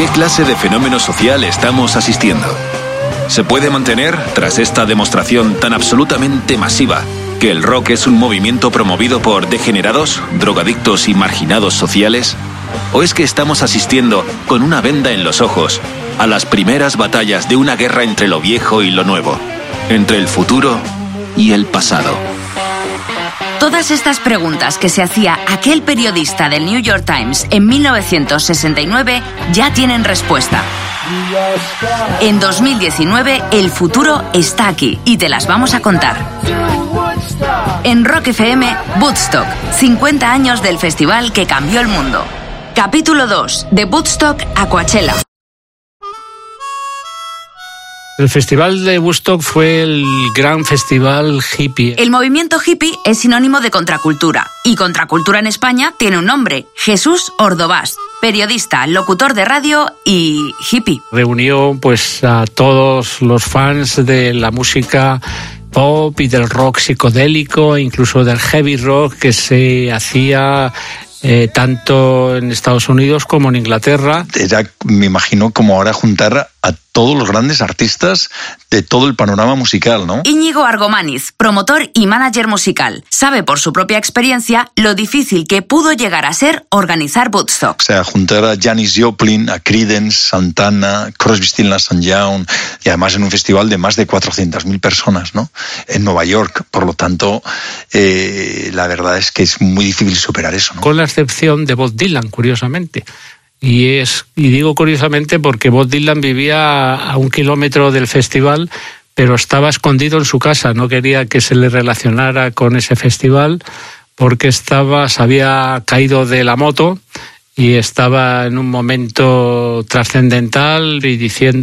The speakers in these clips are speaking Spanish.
qué clase de fenómeno social estamos asistiendo? ¿Se puede mantener, tras esta demostración tan absolutamente masiva, que el rock es un movimiento promovido por degenerados, drogadictos y marginados sociales? ¿O es que estamos asistiendo, con una venda en los ojos, a las primeras batallas de una guerra entre lo viejo y lo nuevo, entre el futuro y el pasado? Todas estas preguntas que se hacía aquel periodista del New York Times en 1969 ya tienen respuesta. En 2019, el futuro está aquí y te las vamos a contar. En Rock FM, Woodstock, 50 años del festival que cambió el mundo. Capítulo 2, de Woodstock a Coachella. El festival de Woodstock fue el gran festival hippie. El movimiento hippie es sinónimo de contracultura, y contracultura en España tiene un nombre: Jesús Ordovás, periodista, locutor de radio y hippie. Reunió pues a todos los fans de la música pop y del rock psicodélico, incluso del heavy rock que se hacía tanto en Estados Unidos como en Inglaterra. Era, me imagino, como ahora juntar a todos los grandes artistas de todo el panorama musical, ¿no? Íñigo Argomaniz, promotor y manager musical, sabe por su propia experiencia lo difícil que pudo llegar a ser organizar Woodstock. O sea, juntar a Janis Joplin, a Creedence, Santana, Crosby, Stills Nash & Young, y además en un festival de más de 400.000 personas, ¿no? En Nueva York. Por lo tanto, la verdad es que es muy difícil superar eso, ¿no? Con la excepción de Bob Dylan, curiosamente. Y digo curiosamente porque Bob Dylan vivía a 1 kilómetro del festival, pero estaba escondido en su casa, no quería que se le relacionara con ese festival porque se había caído de la moto y estaba en un momento trascendental y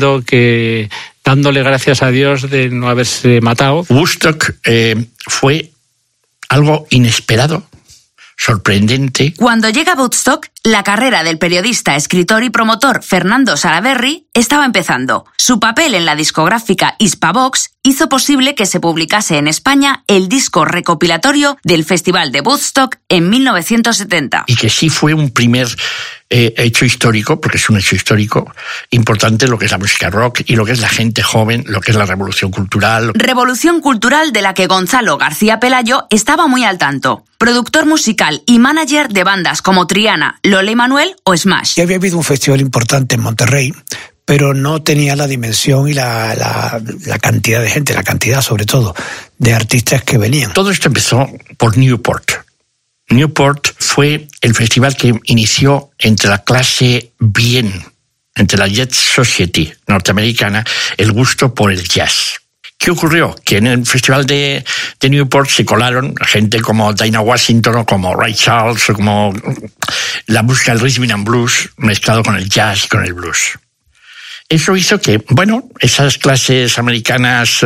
dándole gracias a Dios de no haberse matado. Woodstock fue algo inesperado, sorprendente. Cuando llega a Woodstock, la carrera del periodista, escritor y promotor Fernando Salaverry estaba empezando. Su papel en la discográfica Hispavox hizo posible que se publicase en España el disco recopilatorio del Festival de Woodstock en 1970. Y que sí fue un primer hecho histórico, porque es un hecho histórico importante, lo que es la música rock y lo que es la gente joven, lo que es la revolución cultural. Revolución cultural de la que Gonzalo García Pelayo estaba muy al tanto. Productor musical y manager de bandas como Triana, Lola Manuel o Smash. Ya había habido un festival importante en Monterrey, pero no tenía la dimensión y la cantidad de gente, la cantidad sobre todo, de artistas que venían. Todo esto empezó por Newport. Newport fue el festival que inició entre la clase bien, entre la Jet Society norteamericana, el gusto por el jazz. ¿Qué ocurrió? Que en el festival de Newport se colaron gente como Dinah Washington o como Ray Charles o como la música del rhythm and blues mezclado con el jazz y con el blues. Eso hizo que, esas clases americanas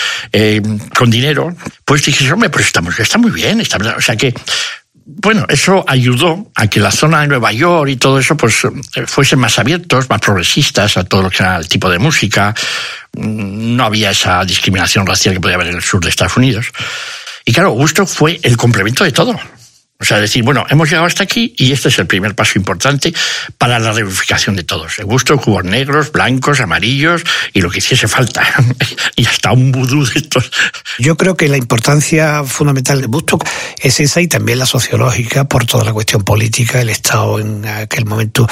con dinero, pues dijesen, hombre, pero esta música está muy bien. O sea que, eso ayudó a que la zona de Nueva York y todo eso, pues, fuesen más abiertos, más progresistas a todo lo que era el tipo de música. No había esa discriminación racial que podía haber en el sur de Estados Unidos. Y claro, Woodstock fue el complemento de todo. O sea, decir, hemos llegado hasta aquí y este es el primer paso importante para la reunificación de todos. En Woodstock hubo negros, blancos, amarillos y lo que hiciese falta. Y hasta un vudú de estos. Yo creo que la importancia fundamental de Woodstock es esa y también la sociológica por toda la cuestión política, el Estado en aquel momento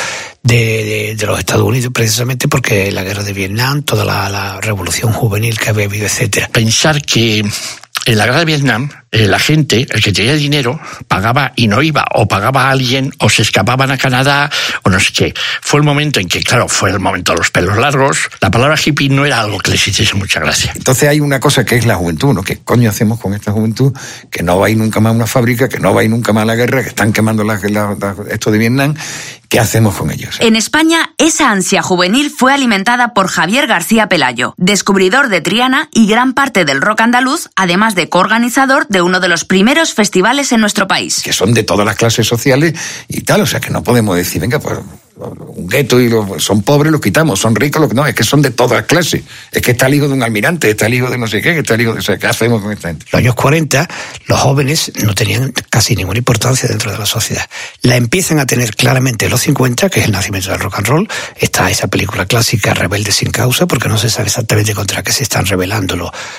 de los Estados Unidos, precisamente porque la guerra de Vietnam, toda la revolución juvenil que había habido, etcétera. Pensar que en la guerra de Vietnam, la gente, el que tenía dinero, pagaba y no iba, o pagaba a alguien, o se escapaban a Canadá, o no sé qué. Fue el momento en que, claro, fue el momento de los pelos largos. La palabra hippie no era algo que les hiciese mucha gracia. Entonces hay una cosa que es la juventud, ¿no? ¿Qué coño hacemos con esta juventud? Que no va a ir nunca más a una fábrica, que no va a ir nunca más a la guerra, que están quemando esto de Vietnam. ¿Qué hacemos con ellos? En España, esa ansia juvenil fue alimentada por Javier García Pelayo, descubridor de Triana y gran parte del rock andaluz, además de coorganizador de uno de los primeros festivales en nuestro país. Que son de todas las clases sociales y tal, o sea que no podemos decir, venga, pues un gueto y son pobres, los quitamos, son ricos, no, es que son de todas clases. Es que está el hijo de un almirante, está el hijo de no sé qué, está el hijo de... O sea, ¿qué hacemos con esta gente? En los años 40, los jóvenes no tenían casi ninguna importancia dentro de la sociedad. La empiezan a tener claramente en los 50, que es el nacimiento del rock and roll. Está esa película clásica, Rebelde sin causa, porque no se sabe exactamente contra qué se están rebelando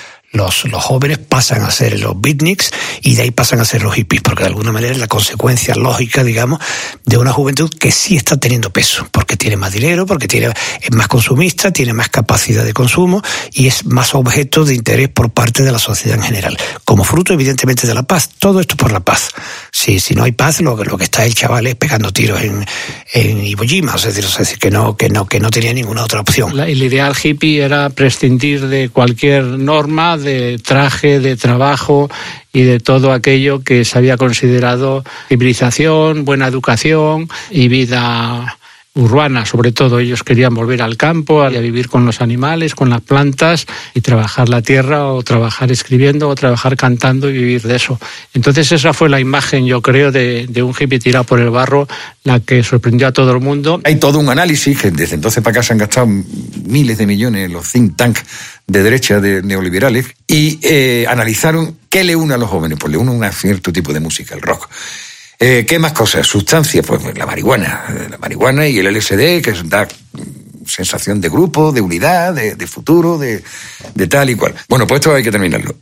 los jóvenes, pasan a ser los beatniks y de ahí pasan a ser los hippies, porque de alguna manera es la consecuencia lógica, digamos, de una juventud que sí está teniendo peso, porque tiene más dinero, porque es más consumista, tiene más capacidad de consumo y es más objeto de interés por parte de la sociedad en general, como fruto evidentemente de la paz. Todo esto por la paz. Si no hay paz, lo que está el chaval es pegando tiros en Iwo Jima, es decir, que no tenía ninguna otra opción. El ideal hippie era prescindir de cualquier norma, de traje, de trabajo y de todo aquello que se había considerado civilización, buena educación y vida urbana. Sobre todo ellos querían volver al campo, a vivir con los animales, con las plantas y trabajar la tierra o trabajar escribiendo o trabajar cantando y vivir de eso. Entonces esa fue la imagen, yo creo, de un hippie tirado por el barro, la que sorprendió a todo el mundo. Hay todo un análisis que desde entonces para acá se han gastado miles de millones los think tanks de derecha, de neoliberales, y analizaron qué le une a los jóvenes. Pues le une un cierto tipo de música, el rock. ¿Qué más cosas? Sustancias, pues la marihuana y el LSD, que da sensación de grupo, de unidad, de futuro, de tal y cual. Bueno, pues esto hay que terminarlo.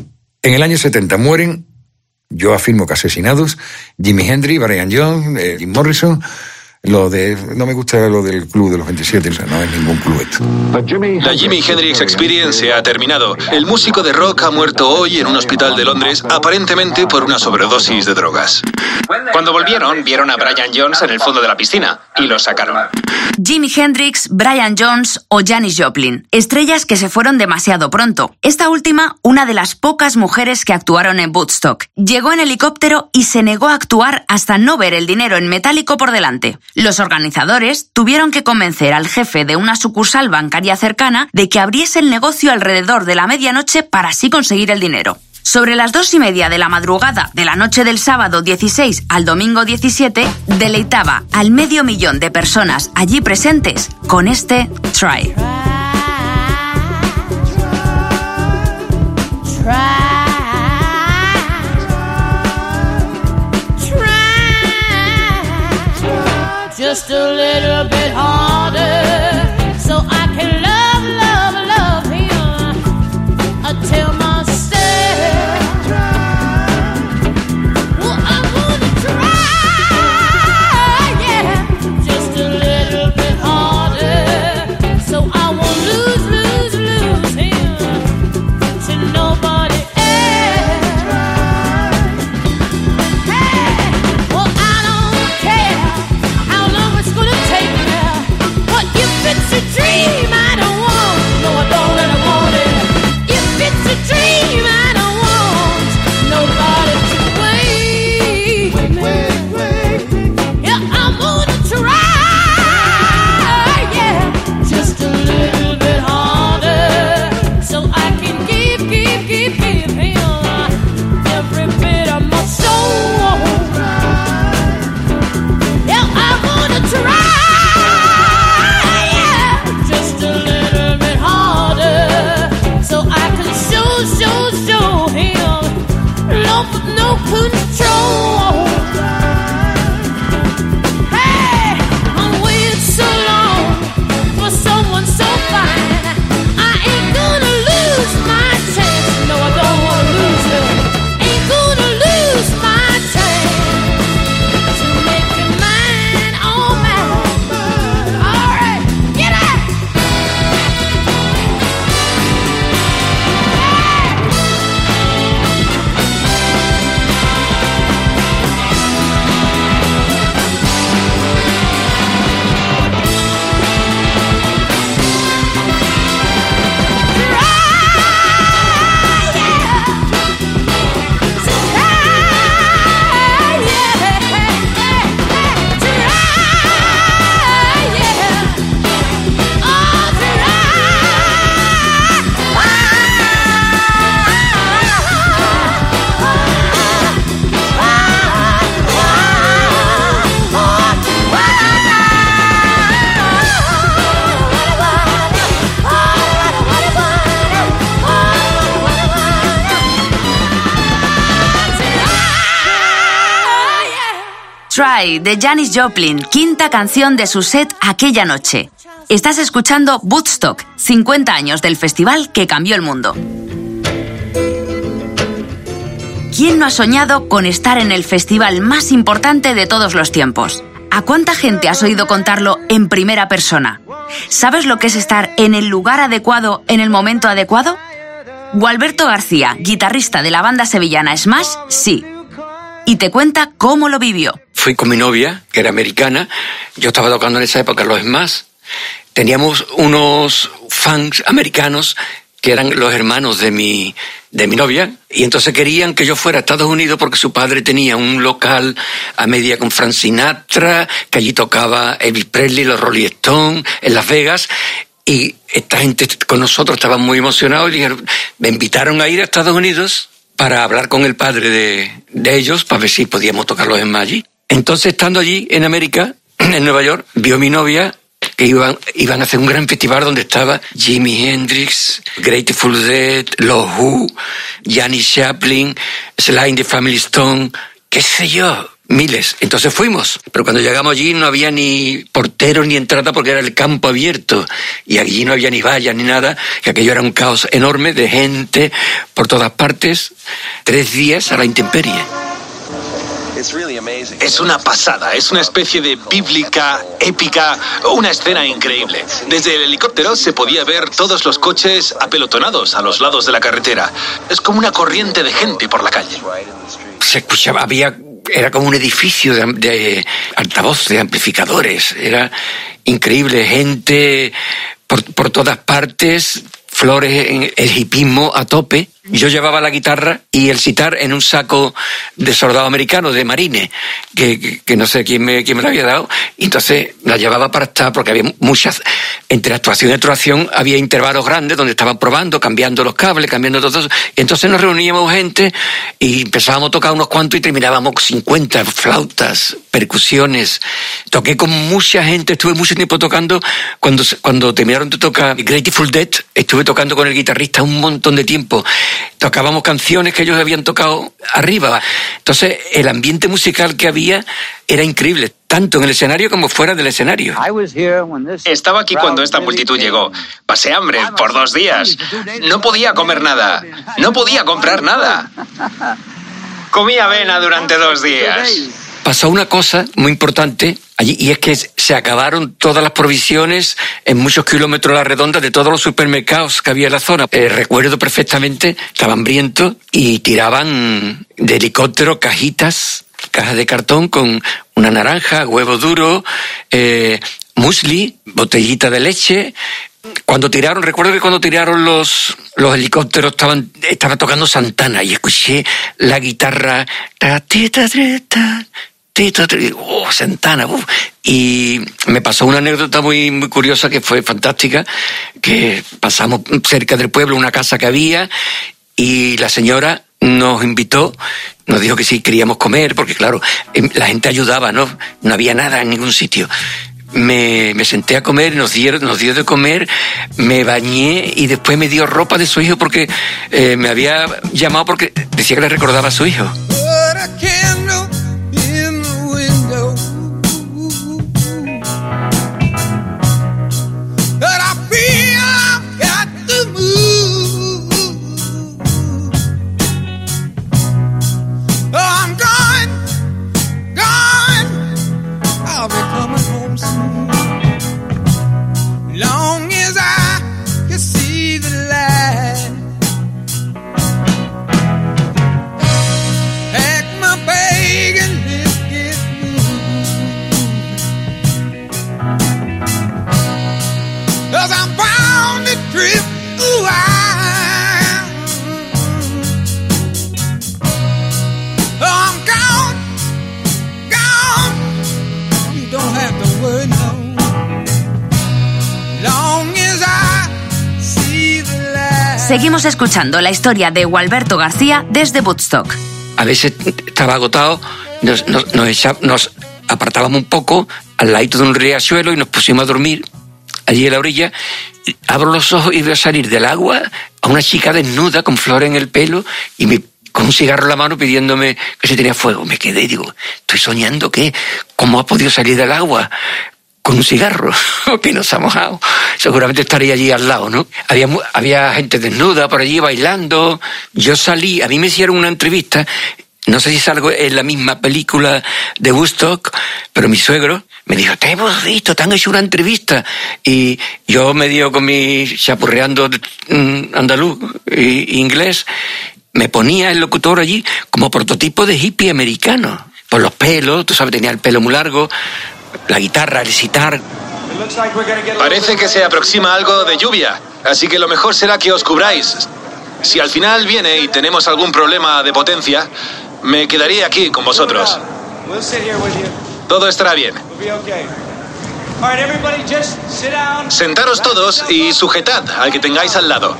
En el año 70 mueren, yo afirmo que asesinados, Jimi Hendrix, Brian Jones, Jim Morrison. No me gusta lo del club de los 27, o sea, no es ningún club esto. La Jimi Hendrix Experience se ha terminado. El músico de rock ha muerto hoy en un hospital de Londres, aparentemente por una sobredosis de drogas. Cuando volvieron, vieron a Brian Jones en el fondo de la piscina y lo sacaron. Jimi Hendrix, Brian Jones o Janis Joplin, estrellas que se fueron demasiado pronto. Esta última, una de las pocas mujeres que actuaron en Woodstock. Llegó en helicóptero y se negó a actuar hasta no ver el dinero en metálico por delante. Los organizadores tuvieron que convencer al jefe de una sucursal bancaria cercana de que abriese el negocio alrededor de la medianoche para así conseguir el dinero. Sobre las 2:30 de la madrugada de la noche del sábado 16 al domingo 17, deleitaba al 500.000 de personas allí presentes con este Try. Just a little bit harder, so I can love him until myself. Well, I'm gonna try, yeah, just a little bit harder, so I won't lose him to nobody else. Hey, well, I don't care how long it's gonna take me. Try de Janis Joplin, quinta canción de su set aquella noche. Estás escuchando Woodstock, 50 años del festival que cambió el mundo. ¿Quién no ha soñado con estar en el festival más importante de todos los tiempos? ¿A cuánta gente has oído contarlo en primera persona? ¿Sabes lo que es estar en el lugar adecuado en el momento adecuado? Gualberto García, guitarrista de la banda sevillana Smash, sí. Y te cuenta cómo lo vivió. Fui con mi novia, que era americana. Yo estaba tocando en esa época los Smash. Teníamos unos fans americanos que eran los hermanos de mi novia, y entonces querían que yo fuera a Estados Unidos porque su padre tenía un local a media con Frank Sinatra, que allí tocaba Elvis Presley, los Rolling Stones, en Las Vegas, y esta gente con nosotros estaba muy emocionados y dijeron, me invitaron a ir a Estados Unidos para hablar con el padre de ellos, para ver si podíamos tocar los Smash allí. Entonces, estando allí en América, en Nueva York, vio mi novia que iban a hacer un gran festival donde estaba Jimi Hendrix, Grateful Dead, los Who, Janis Joplin, Sly and the Family Stone, qué sé yo, miles. Entonces fuimos, pero cuando llegamos allí no había ni porteros ni entrada porque era el campo abierto y allí no había ni vallas ni nada, que aquello era un caos enorme de gente por todas partes, 3 días a la intemperie. Es una pasada, es una especie de bíblica, épica, una escena increíble. Desde el helicóptero se podía ver todos los coches apelotonados a los lados de la carretera. Es como una corriente de gente por la calle. Se escuchaba, era como un edificio de altavoz, de amplificadores. Era increíble, gente por todas partes, flores, en el hipismo a tope. Yo llevaba la guitarra y el sitar en un saco de soldado americano, de marine, que no sé quién me lo había dado, y entonces la llevaba para estar, porque había muchas, entre actuación y actuación, había intervalos grandes donde estaban probando, cambiando los cables, cambiando todo eso, y entonces nos reuníamos gente y empezábamos a tocar unos cuantos y terminábamos 50 flautas, percusiones. Toqué con mucha gente, estuve mucho tiempo tocando. Cuando terminaron de tocar Grateful Dead, estuve tocando con el guitarrista un montón de tiempo. Tocábamos canciones que ellos habían tocado arriba. Entonces, el ambiente musical que había era increíble, tanto en el escenario como fuera del escenario. Estaba aquí cuando esta multitud llegó. Pasé hambre por 2 días. No podía comer nada. No podía comprar nada. Comí avena durante 2 días. Pasó una cosa muy importante allí, y es que se acabaron todas las provisiones en muchos kilómetros a la redonda de todos los supermercados que había en la zona. Recuerdo perfectamente, estaba hambriento y tiraban de helicóptero cajas de cartón con una naranja, huevo duro, muesli, botellita de leche. Recuerdo que cuando tiraron los helicópteros estaba tocando Santana y escuché la guitarra, Santana, y me pasó una anécdota muy, muy curiosa que fue fantástica, que pasamos cerca del pueblo, una casa que había, y la señora nos invitó, nos dijo que sí queríamos comer, porque claro, la gente ayudaba, no había nada en ningún sitio. Me senté a comer, nos dio de comer, me bañé y después me dio ropa de su hijo porque me había llamado porque decía que le recordaba a su hijo. Seguimos escuchando la historia de Gualberto García desde Woodstock. A veces estaba agotado, nos apartábamos un poco al ladito de un riachuelo y nos pusimos a dormir allí en la orilla. Abro los ojos y veo salir del agua a una chica desnuda con flores en el pelo y con un cigarro en la mano pidiéndome que si tenía fuego. Me quedé y digo, ¿estoy soñando qué? ¿Cómo ha podido salir del agua con un cigarro que no se ha mojado? Seguramente estaría allí al lado, ¿no? Había gente desnuda por allí bailando. Yo salí, a mí me hicieron una entrevista, no sé si salgo en la misma película de Woodstock, pero mi suegro me dijo, te hemos visto, te han hecho una entrevista. Y yo medio con mi chapurreando andaluz e inglés, me ponía el locutor allí como prototipo de hippie americano. Por los pelos, tú sabes, tenía el pelo muy largo, la guitarra, el sitar. Parece que se aproxima algo de lluvia, así que lo mejor será que os cubráis. Si al final viene y tenemos algún problema de potencia, me quedaría aquí con vosotros. Todo estará bien. Sentaros todos y sujetad al que tengáis al lado.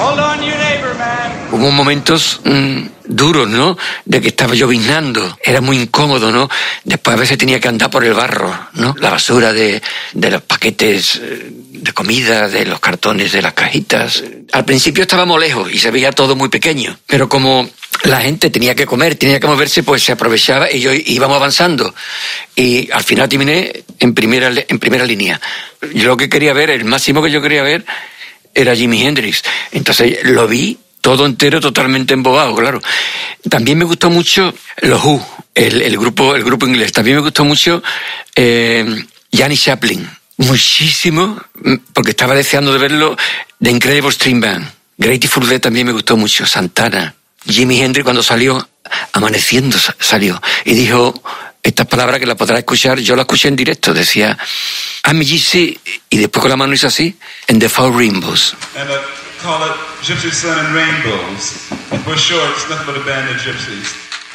Hubo momentos duros, ¿no? De que estaba lloviznando. Era muy incómodo, ¿no? Después a veces tenía que andar por el barro, ¿no? La basura de los paquetes de comida, de los cartones, de las cajitas. Al principio estábamos lejos y se veía todo muy pequeño. Pero como la gente tenía que comer, tenía que moverse, pues se aprovechaba y íbamos avanzando. Y al final terminé en primera línea. Yo lo que quería ver, el máximo que yo quería ver, era Jimi Hendrix. Entonces lo vi todo entero, totalmente embobado, claro. También me gustó mucho los Who, el grupo inglés. También me gustó mucho Janis Joplin. Muchísimo, porque estaba deseando de verlo, The Incredible String Band. Grateful Dead también me gustó mucho, Santana. Jimi Hendrix cuando salió, amaneciendo salió, y dijo estas palabras que la podrás escuchar, yo la escuché en directo, decía, I'm Gypsy, y después con la mano hizo así, and the Four Rainbows. And call it Gypsy Sun and Rainbows. For sure, it's nothing but a band of gypsies.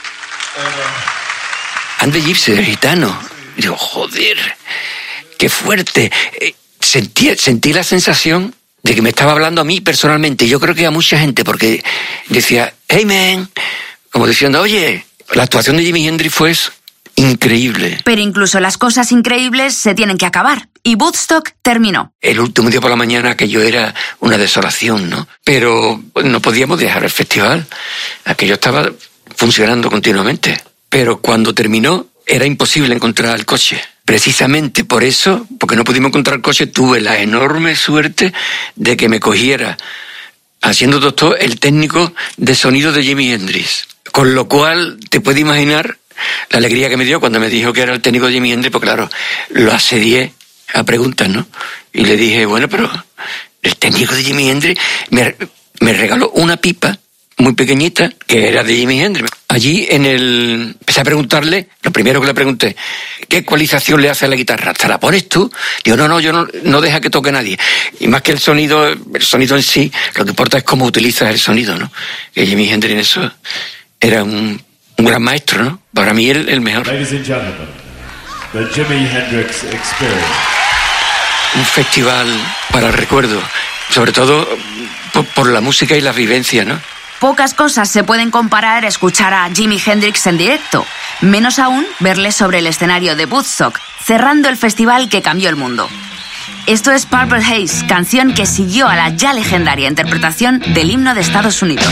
And the Gypsy, el gitano. Y digo, joder, qué fuerte. Sentí la sensación de que me estaba hablando a mí personalmente. Yo creo que a mucha gente, porque decía, hey man, como diciendo, oye, la actuación de Jimi Hendrix fue increíble. Pero incluso las cosas increíbles se tienen que acabar. Y Woodstock terminó. El último día por la mañana aquello era una desolación, ¿no? Pero no podíamos dejar el festival. Aquello estaba funcionando continuamente. Pero cuando terminó era imposible encontrar el coche. Precisamente por eso, porque no pudimos encontrar el coche, tuve la enorme suerte de que me cogiera, haciendo doctor, el técnico de sonido de Jimi Hendrix. Con lo cual, te puedes imaginar la alegría que me dio cuando me dijo que era el técnico de Jimi Hendrix, porque claro, lo asedié a preguntas, ¿no? Y le dije, bueno, pero el técnico de Jimi Hendrix me regaló una pipa muy pequeñita que era de Jimi Hendrix. Allí empecé a preguntarle, lo primero que le pregunté, ¿qué ecualización le hace a la guitarra? ¿Te la pones tú? Digo, no, yo no deja que toque nadie. Y más que el sonido en sí, lo que importa es cómo utilizas el sonido, ¿no? Que Jimi Hendrix en eso era un gran maestro, ¿no? Para mí el mejor. Ladies and gentlemen, the Jimi Hendrix Experience. Un festival para el recuerdo, sobre todo por la música y las vivencias, ¿no? Pocas cosas se pueden comparar a escuchar a Jimi Hendrix en directo, menos aún verle sobre el escenario de Woodstock, cerrando el festival que cambió el mundo. Esto es Purple Haze, canción que siguió a la ya legendaria interpretación del himno de Estados Unidos.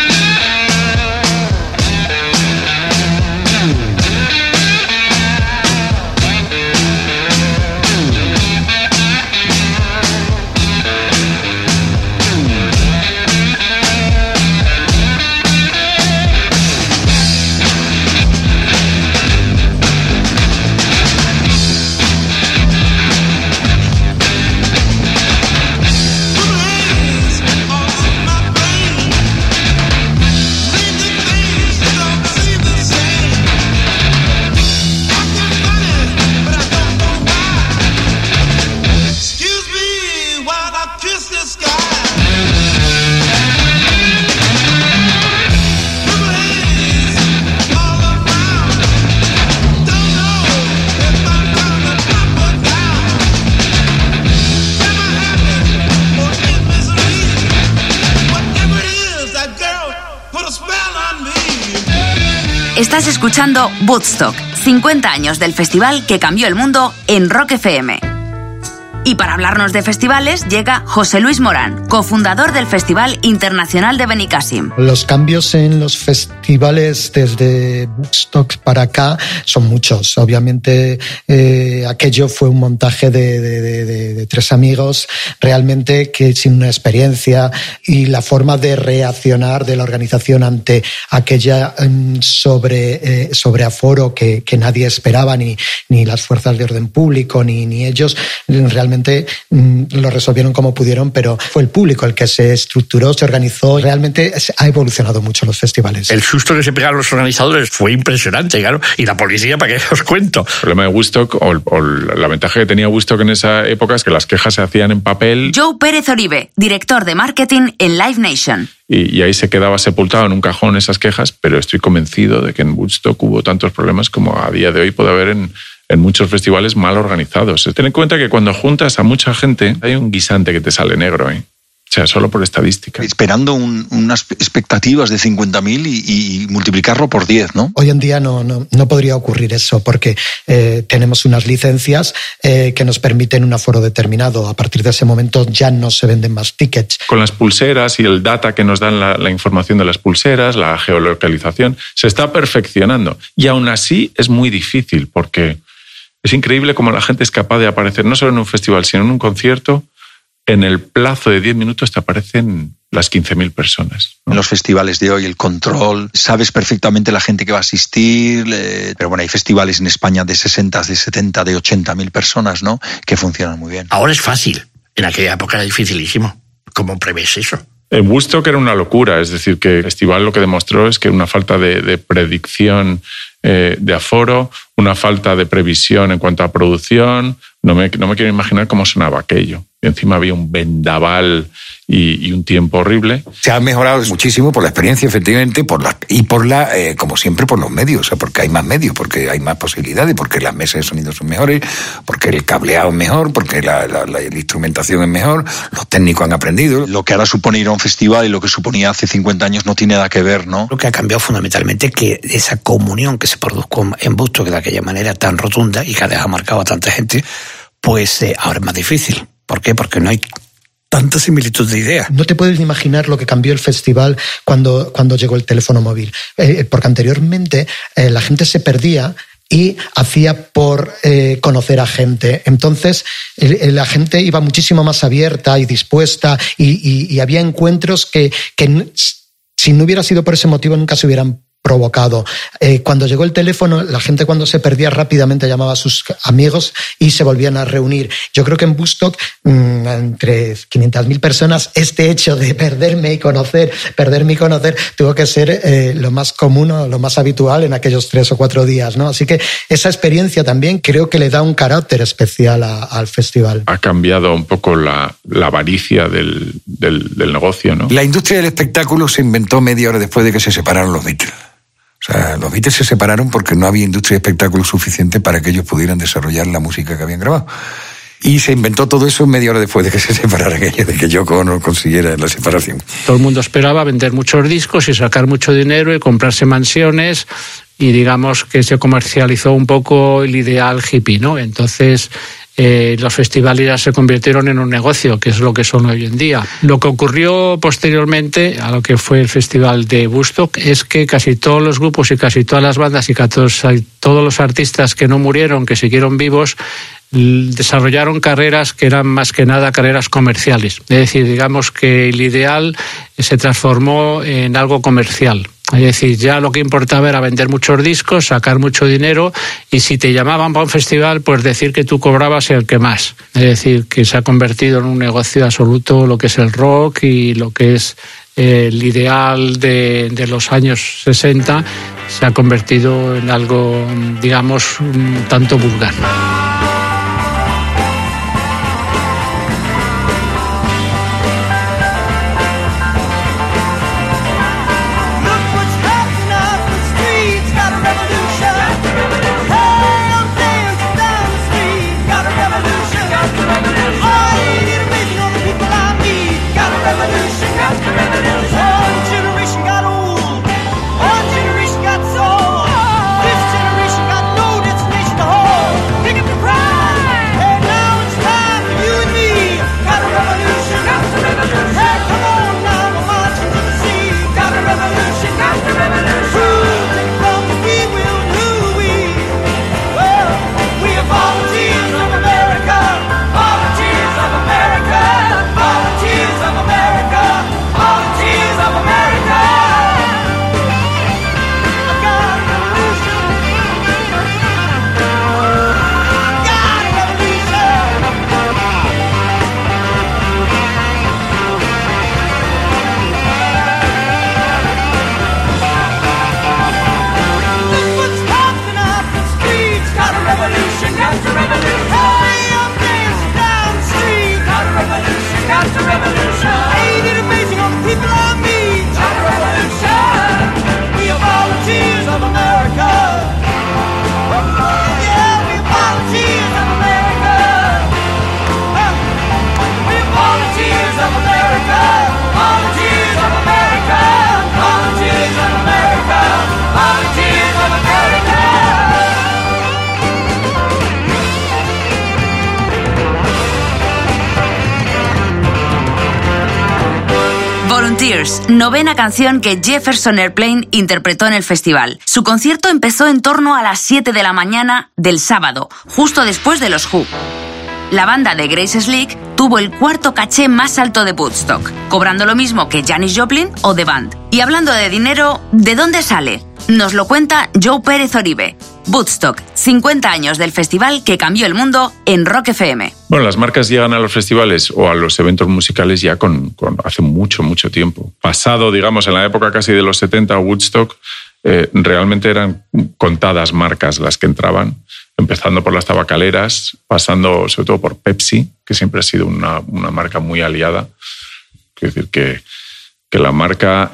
Estás escuchando Woodstock, 50 años del festival que cambió el mundo en Rock FM. Y para hablarnos de festivales llega José Luis Morán, cofundador del Festival Internacional de Benicàssim. Los cambios en los festivales desde Woodstock para acá son muchos. Obviamente aquello fue un montaje de tres amigos realmente que sin una experiencia, y la forma de reaccionar de la organización ante aquella sobreaforo que nadie esperaba, ni las fuerzas de orden público ni ellos, realmente lo resolvieron como pudieron, pero fue el público el que se estructuró, se organizó. Realmente ha evolucionado mucho los festivales. El susto que se pegaron los organizadores fue impresionante, claro, y la policía, ¿para qué os cuento? El problema de Woodstock, o la ventaja que tenía Woodstock en esa época, es que las quejas se hacían en papel. Joe Pérez Oribe, director de marketing en Live Nation. Y ahí se quedaba sepultado en un cajón esas quejas, pero estoy convencido de que en Woodstock hubo tantos problemas como a día de hoy puede haber en muchos festivales mal organizados. Ten en cuenta que cuando juntas a mucha gente hay un guisante que te sale negro, ¿eh? O sea, solo por estadística. Esperando unas expectativas de 50.000 y multiplicarlo por 10, ¿no? Hoy en día no podría ocurrir eso, porque tenemos unas licencias que nos permiten un aforo determinado. A partir de ese momento ya no se venden más tickets. Con las pulseras y el data que nos dan la información de las pulseras, la geolocalización, se está perfeccionando. Y aún así es muy difícil, porque es increíble cómo la gente es capaz de aparecer no solo en un festival, sino en un concierto. En el plazo de 10 minutos te aparecen las 15.000 personas, ¿no? En los festivales de hoy, el control, sabes perfectamente la gente que va a asistir, pero bueno, hay festivales en España de 60, de 70, de 80.000 personas, ¿no? Que funcionan muy bien. Ahora es fácil, en aquella época era dificilísimo. ¿Cómo prevés eso? En Woodstock era una locura, es decir, que el festival lo que demostró es que una falta de predicción de aforo, una falta de previsión en cuanto a producción. No me quiero imaginar cómo sonaba aquello. Y encima había un vendaval y un tiempo horrible. Se ha mejorado muchísimo por la experiencia, efectivamente, como siempre, por los medios. O sea, porque hay más medios, porque hay más posibilidades, porque las mesas de sonido son mejores, porque el cableado es mejor, porque la instrumentación es mejor, los técnicos han aprendido. Lo que ahora supone ir a un festival y lo que suponía hace 50 años no tiene nada que ver, ¿no? Lo que ha cambiado fundamentalmente es que esa comunión que se produjo en Woodstock de aquella manera tan rotunda y que ha dejado marcado a tanta gente, pues ahora es más difícil. ¿Por qué? Porque no hay tanta similitud de ideas. No te puedes imaginar lo que cambió el festival cuando llegó el teléfono móvil. Porque anteriormente la gente se perdía y hacía por conocer a gente. Entonces la gente iba muchísimo más abierta y dispuesta y había encuentros que si no hubiera sido por ese motivo nunca se hubieran provocado. Cuando llegó el teléfono, la gente cuando se perdía rápidamente llamaba a sus amigos y se volvían a reunir. Yo creo que en Woodstock, entre 500.000 personas, este hecho de perderme y conocer, tuvo que ser lo más común o lo más habitual en aquellos 3 o 4 días, ¿no? Así que esa experiencia también creo que le da un carácter especial al festival. Ha cambiado un poco la avaricia del negocio, ¿no? La industria del espectáculo se inventó media hora después de que se separaron los Beatles. O sea, los Beatles se separaron porque no había industria de espectáculo suficiente para que ellos pudieran desarrollar la música que habían grabado. Y se inventó todo eso media hora después de que se separaran ellos, de que Yoko Ono consiguiera la separación. Todo el mundo esperaba vender muchos discos y sacar mucho dinero y comprarse mansiones, y digamos que se comercializó un poco el ideal hippie, ¿no? Entonces los festivales ya se convirtieron en un negocio, que es lo que son hoy en día. Lo que ocurrió posteriormente a lo que fue el festival de Woodstock es que casi todos los grupos y casi todas las bandas y todos los artistas que no murieron, que siguieron vivos, desarrollaron carreras que eran más que nada carreras comerciales. Es decir, digamos que el ideal se transformó en algo comercial. Es decir, ya lo que importaba era vender muchos discos, sacar mucho dinero, y si te llamaban para un festival, pues decir que tú cobrabas el que más. Es decir, que se ha convertido en un negocio absoluto lo que es el rock y lo que es el ideal de los años 60, se ha convertido en algo, digamos, un tanto vulgar. This generation got no destination to hold. Tears, novena canción que Jefferson Airplane interpretó en el festival. Su concierto empezó en torno a las 7 de la mañana del sábado, justo después de los Who. La banda de Grace Slick tuvo el cuarto caché más alto de Woodstock, cobrando lo mismo que Janis Joplin o The Band. Y hablando de dinero, ¿de dónde sale? Nos lo cuenta Joe Pérez Oribe. Woodstock, 50 años del festival que cambió el mundo en Rock FM. Bueno, las marcas llegan a los festivales o a los eventos musicales ya con hace mucho, mucho tiempo. Pasado, digamos, en la época casi de los 70, Woodstock, realmente eran contadas marcas las que entraban, empezando por las tabacaleras, pasando sobre todo por Pepsi, que siempre ha sido una marca muy aliada. Quiero decir que la marca,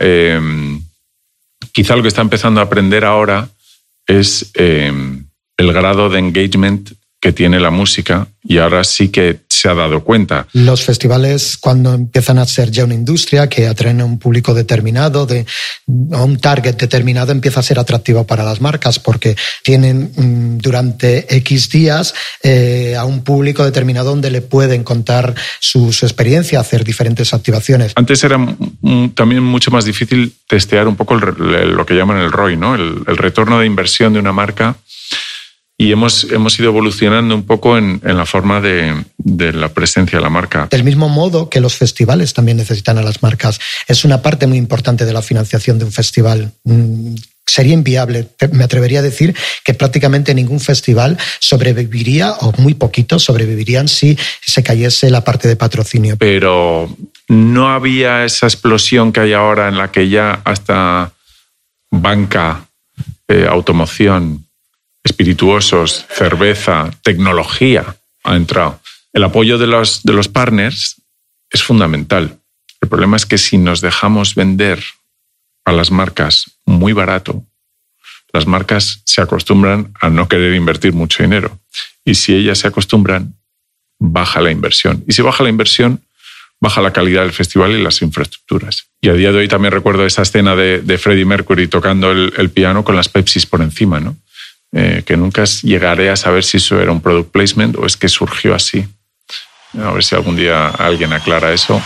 quizá lo que está empezando a aprender ahora es el grado de engagement que tiene la música, y ahora sí que se ha dado cuenta. Los festivales, cuando empiezan a ser ya una industria que atraen a un público determinado, a un target determinado, empieza a ser atractivo para las marcas porque tienen durante X días a un público determinado donde le pueden contar su experiencia, hacer diferentes activaciones. Antes era también mucho más difícil testear un poco lo que llaman el ROI, ¿no? El retorno de inversión de una marca. Y hemos ido evolucionando un poco en la forma de la presencia de la marca. Del mismo modo que los festivales también necesitan a las marcas. Es una parte muy importante de la financiación de un festival. Sería inviable, me atrevería a decir que prácticamente ningún festival sobreviviría, o muy poquitos sobrevivirían, si se cayese la parte de patrocinio. Pero no había esa explosión que hay ahora en la que ya hasta banca, automoción, espirituosos, cerveza, tecnología ha entrado. El apoyo de los partners es fundamental. El problema es que si nos dejamos vender a las marcas muy barato, las marcas se acostumbran a no querer invertir mucho dinero. Y si ellas se acostumbran, baja la inversión. Y si baja la inversión, baja la calidad del festival y las infraestructuras. Y a día de hoy también recuerdo esa escena de Freddie Mercury tocando el piano con las Pepsis por encima, ¿no? Que nunca llegaré a saber si eso era un product placement o es que surgió así. A ver si algún día alguien aclara eso.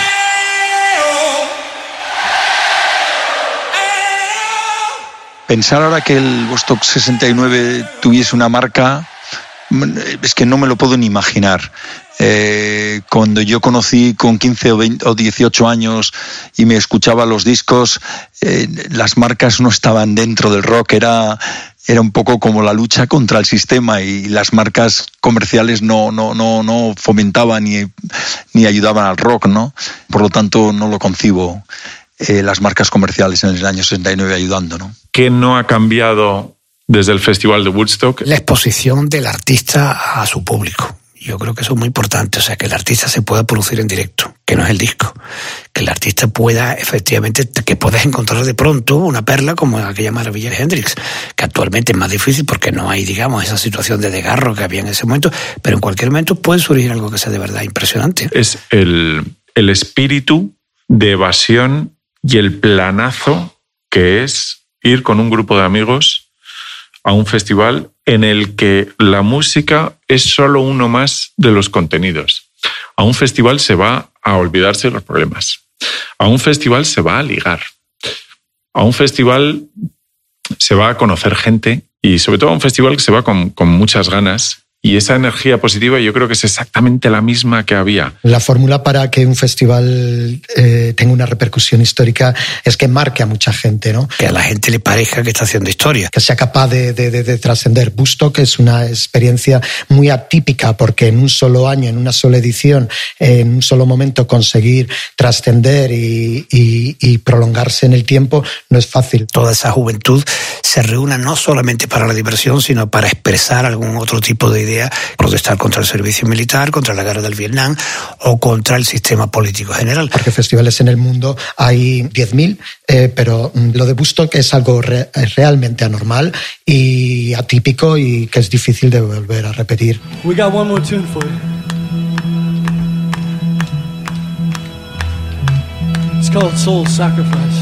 Pensar ahora que el Woodstock 69 tuviese una marca, es que no me lo puedo ni imaginar. Cuando yo conocí con 15 o 20 o 18 años y me escuchaba los discos, las marcas no estaban dentro del rock, era un poco como la lucha contra el sistema, y las marcas comerciales no fomentaban ni ayudaban al rock, ¿no? Por lo tanto, no lo concibo, las marcas comerciales en el año 69 ayudando, ¿no? ¿Qué no ha cambiado desde el Festival de Woodstock? La exposición del artista a su público. Yo creo que eso es muy importante, o sea, que el artista se pueda producir en directo, que no es el disco. Que el artista pueda, efectivamente, que puedas encontrar de pronto una perla como aquella maravilla de Hendrix, que actualmente es más difícil porque no hay, digamos, esa situación de desgarro que había en ese momento, pero en cualquier momento puede surgir algo que sea de verdad impresionante. Es el espíritu de evasión y el planazo que es ir con un grupo de amigos a un festival en el que la música es solo uno más de los contenidos. A un festival se va a olvidarse de los problemas. A un festival se va a ligar. A un festival se va a conocer gente, y sobre todo a un festival que se va con muchas ganas. Y esa energía positiva yo creo que es exactamente la misma que había. La fórmula para que un festival tenga una repercusión histórica es que marque a mucha gente, ¿no? Que a la gente le parezca que está haciendo historia. Que sea capaz de trascender. Woodstock es una experiencia muy atípica porque en un solo año, en una sola edición, en un solo momento conseguir trascender y prolongarse en el tiempo no es fácil. Toda esa juventud se reúne no solamente para la diversión, sino para expresar algún otro tipo de idea, protestar contra el servicio militar, contra la guerra del Vietnam o contra el sistema político general. Porque festivales en el mundo hay 10.000, pero lo de Woodstock es algo realmente anormal y atípico y que es difícil de volver a repetir. We got one more tune for you. It's called Soul Sacrifice.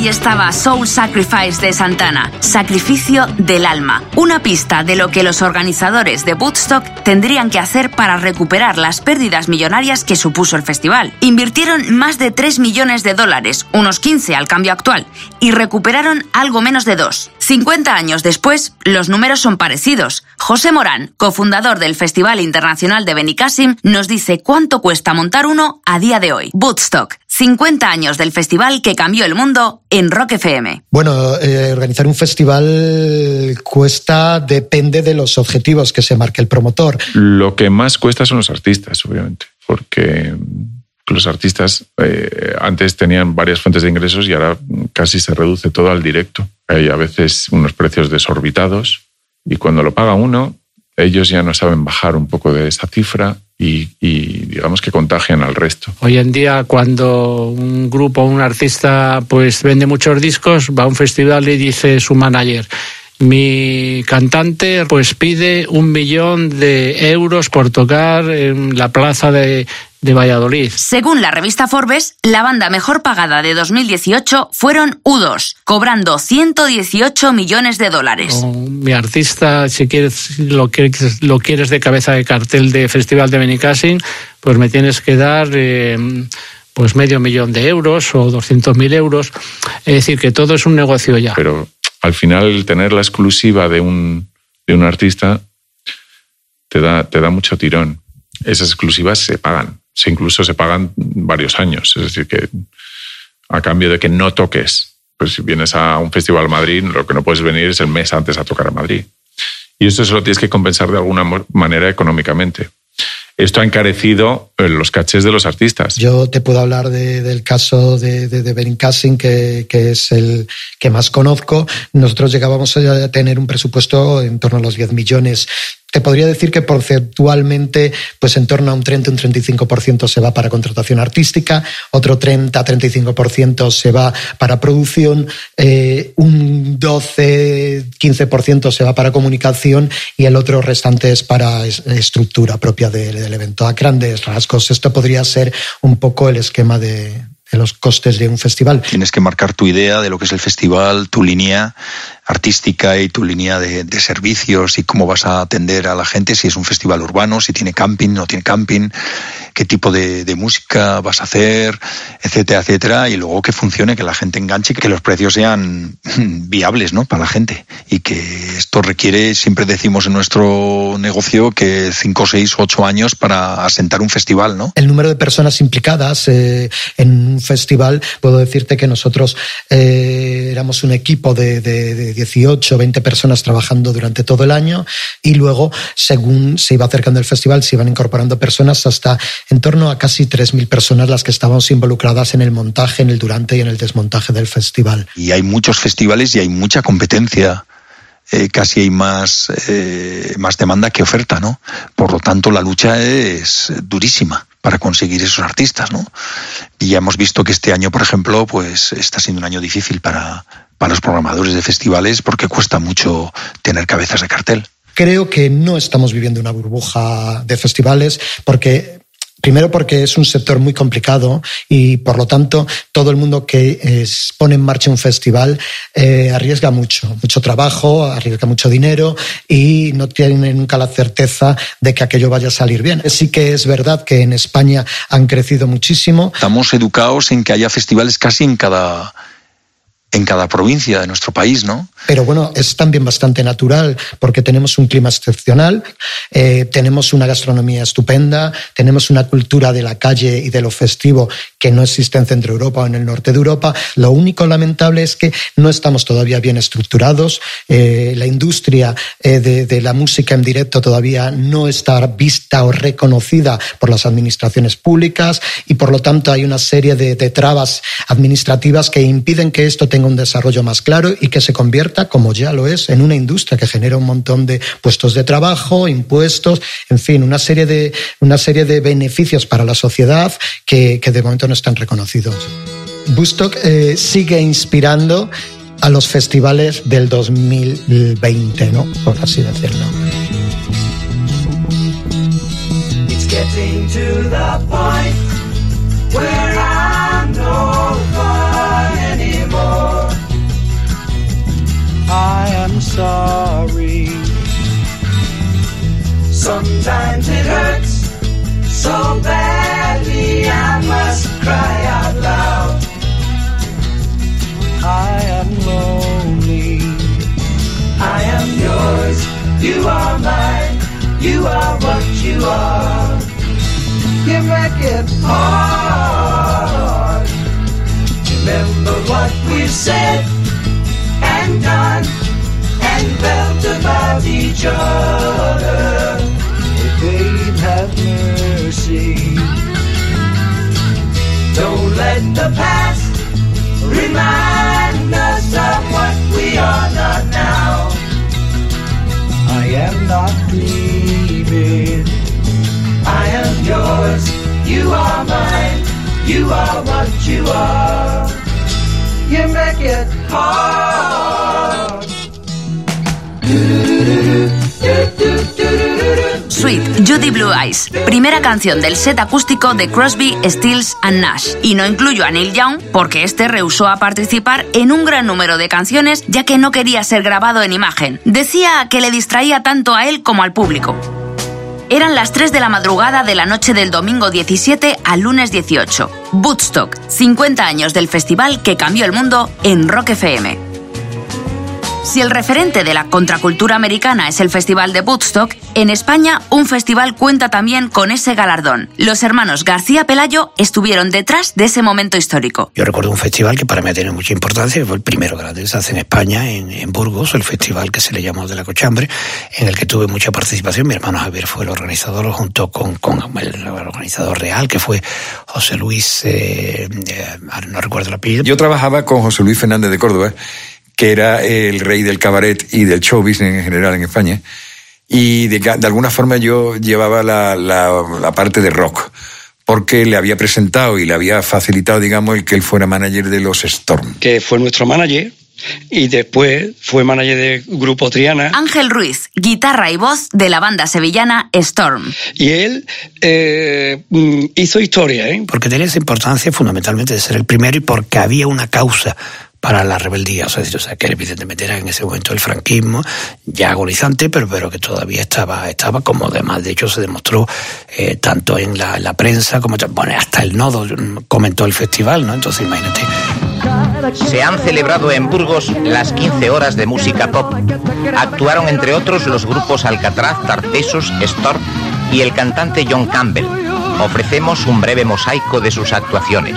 Ahí estaba Soul Sacrifice de Santana, Sacrificio del alma, una pista de lo que los organizadores de Woodstock tendrían que hacer para recuperar las pérdidas millonarias que supuso el festival. Invirtieron más de 3 millones de dólares, unos 15 al cambio actual, y recuperaron algo menos de 2. 50 años después, los números son parecidos. José Morán, cofundador del Festival Internacional de Benicàssim, nos dice cuánto cuesta montar uno a día de hoy. Woodstock, 50 años del festival que cambió el mundo en Rock FM. Bueno, organizar un festival depende de los objetivos que se marque el promotor. Lo que más cuesta son los artistas, obviamente, porque los artistas antes tenían varias fuentes de ingresos y ahora casi se reduce todo al directo. Hay a veces unos precios desorbitados y cuando lo paga uno, ellos ya no saben bajar un poco de esa cifra y digamos que contagian al resto. Hoy en día, cuando un grupo o un artista pues vende muchos discos, va a un festival y dice su manager: mi cantante pues pide 1 millón de euros por tocar en la plaza de Valladolid. Según la revista Forbes, la banda mejor pagada de 2018 fueron U2, cobrando 118 millones de dólares. Mi artista, si quieres lo quieres de cabeza de cartel de Festival de Benicàssim, pues me tienes que dar pues 500.000 euros o 200.000 euros. Es decir, que todo es un negocio ya. Pero al final, tener la exclusiva de un artista te da mucho tirón. Esas exclusivas se pagan. Incluso se pagan varios años. Es decir, que a cambio de que no toques, pues si vienes a un festival a Madrid, lo que no puedes venir es el mes antes a tocar a Madrid. Y esto se lo tienes que compensar de alguna manera económicamente. Esto ha encarecido los cachés de los artistas. Yo te puedo hablar del caso de Benicàssim, que es el que más conozco. Nosotros llegábamos a tener un presupuesto en torno a los 10 millones. Te podría decir que porcentualmente, pues en torno a un 30, un 35% se va para contratación artística, otro 30-35% se va para producción, un 12-15% se va para comunicación y el otro restante es para estructura propia del evento. A grandes rasgos, esto podría ser un poco el esquema de los costes de un festival. Tienes que marcar tu idea de lo que es el festival, tu línea artística y tu línea de servicios y cómo vas a atender a la gente, si es un festival urbano, si tiene camping, no tiene camping, qué tipo de música vas a hacer, etcétera, etcétera, y luego que funcione, que la gente enganche y que los precios sean viables, ¿no?, para la gente. Y que esto requiere, siempre decimos en nuestro negocio, que 5, 6, 8 años para asentar un festival, ¿no? El número de personas implicadas en un festival, puedo decirte que nosotros éramos un equipo de 18 o 20 personas trabajando durante todo el año y luego, según se iba acercando el festival, se iban incorporando personas hasta en torno a casi 3.000 personas las que estábamos involucradas en el montaje, en el durante y en el desmontaje del festival. Y hay muchos festivales y hay mucha competencia. Casi hay más demanda que oferta, ¿no? Por lo tanto, la lucha es durísima para conseguir esos artistas, ¿no? Y ya hemos visto que este año, por ejemplo, pues está siendo un año difícil para los programadores de festivales porque cuesta mucho tener cabezas de cartel. Creo que no estamos viviendo una burbuja de festivales primero porque es un sector muy complicado y, por lo tanto, todo el mundo que pone en marcha un festival arriesga mucho trabajo, arriesga mucho dinero y no tiene nunca la certeza de que aquello vaya a salir bien. Sí que es verdad que en España han crecido muchísimo. Estamos educados en que haya festivales casi en cada provincia de nuestro país, ¿no? Pero bueno, es también bastante natural porque tenemos un clima excepcional, tenemos una gastronomía estupenda, tenemos una cultura de la calle y de lo festivo que no existe en Centro Europa o en el norte de Europa. Lo único lamentable es que no estamos todavía bien estructurados, la industria de la música en directo todavía no está vista o reconocida por las administraciones públicas y, por lo tanto, hay una serie de trabas administrativas que impiden que esto tenga un desarrollo más claro y que se convierta, como ya lo es, en una industria que genera un montón de puestos de trabajo, impuestos, en fin, una serie de beneficios para la sociedad que de momento no están reconocidos. Woodstock sigue inspirando a los festivales del 2020, ¿no?, por así decirlo. It's getting to the point where I'm no fun anymore. sorry. Sometimes it hurts so badly I must cry out loud. I am lonely. I am yours, you are mine, you are what you are. You make it hard. Remember what we've said and done and felt about each other. Babe, have mercy. Don't let the past remind us of what we are not now. I am not dreaming. I am yours, you are mine, you are what you are. You make it hard. Sweet, Judy Blue Eyes, primera canción del set acústico de Crosby, Stills and Nash. Y no incluyo a Neil Young porque este rehusó a participar en un gran número de canciones ya que no quería ser grabado en imagen. Decía que le distraía tanto a él como al público. Eran las 3 de la madrugada de la noche del domingo 17 al lunes 18. Woodstock, 50 años del festival que cambió el mundo en Rock FM. Si el referente de la contracultura americana es el Festival de Woodstock, en España un festival cuenta también con ese galardón. Los hermanos García Pelayo estuvieron detrás de ese momento histórico. Yo recuerdo un festival que para mí ha tenido mucha importancia, que fue el primero grande que se hace en España, en Burgos, el festival que se le llamó de la Cochambre, en el que tuve mucha participación. Mi hermano Javier fue el organizador, junto con el organizador real, que fue José Luis, no recuerdo el apellido. Yo trabajaba con José Luis Fernández de Córdoba, que era el rey del cabaret y del show business en general en España, y de alguna forma yo llevaba la parte de rock, porque le había presentado y le había facilitado, digamos, el que él fuera manager de los Storm. Que fue nuestro manager, y después fue manager del grupo Triana. Ángel Ruiz, guitarra y voz de la banda sevillana Storm. Y él hizo historia, Porque tenía esa importancia fundamentalmente de ser el primero y porque había una causa para la rebeldía, o sea, que evidentemente era en ese momento el franquismo, ya agonizante, pero que todavía estaba como además, de hecho, se demostró tanto en la prensa como hasta el Nodo comentó el festival, ¿no? Entonces, imagínate. Se han celebrado en Burgos las 15 horas de música pop. Actuaron, entre otros, los grupos Alcatraz, Tartessos, Storm y el cantante John Campbell. Ofrecemos un breve mosaico de sus actuaciones.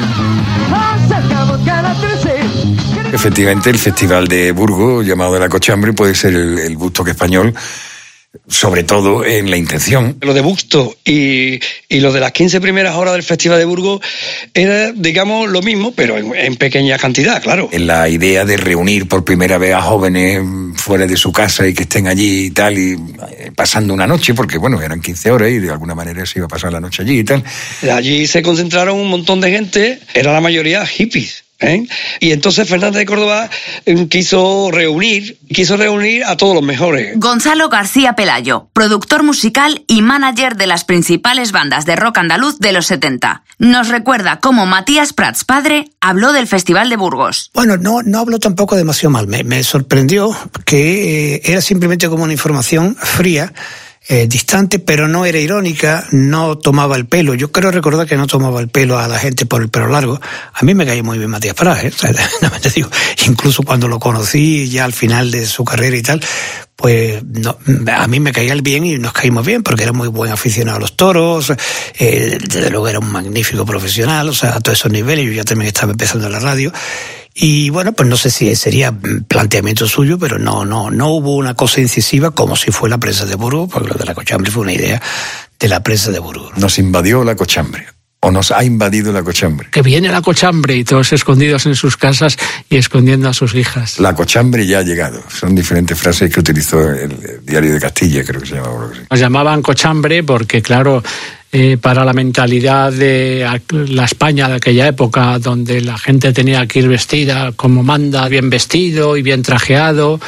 Efectivamente, el Festival de Burgos, llamado de la Cochambre, puede ser el Woodstock español, sobre todo en la intención. Lo de Woodstock y lo de las 15 primeras horas del Festival de Burgos era, digamos, lo mismo, pero en pequeña cantidad, claro. En la idea de reunir por primera vez a jóvenes fuera de su casa y que estén allí y tal, y pasando una noche, porque bueno, eran 15 horas y de alguna manera se iba a pasar la noche allí y tal. Allí se concentraron un montón de gente, era la mayoría hippies. Y entonces Fernández de Córdoba quiso reunir a todos los mejores. Gonzalo García Pelayo, productor musical y manager de las principales bandas de rock andaluz de los 70. Nos recuerda cómo Matías Prats padre habló del Festival de Burgos. Bueno, no habló tampoco demasiado mal. Me sorprendió que era simplemente como una información fría, distante, pero no era irónica, no tomaba el pelo. Yo creo recordar que no tomaba el pelo a la gente por el pelo largo. A mí me caía muy bien Matías Prats, te digo, incluso cuando lo conocí ya al final de su carrera y tal, pues no, a mí me caía bien y nos caímos bien porque era muy buen aficionado a los toros, desde luego era un magnífico profesional, o sea, a todos esos niveles. Yo ya también estaba empezando en la radio. Y bueno, pues no sé si sería planteamiento suyo, pero no hubo una cosa incisiva como si fue la prensa de Burgos, porque lo de la Cochambre fue una idea de la prensa de Burgos. Nos invadió la Cochambre, o nos ha invadido la Cochambre. Que viene la Cochambre y todos escondidos en sus casas y escondiendo a sus hijas. La Cochambre ya ha llegado. Son diferentes frases que utilizó el Diario de Castilla, creo que se llamaba. Nos llamaban Cochambre porque, claro, para la mentalidad de la España de aquella época, donde la gente tenía que ir vestida como manda, bien vestido y bien trajeado,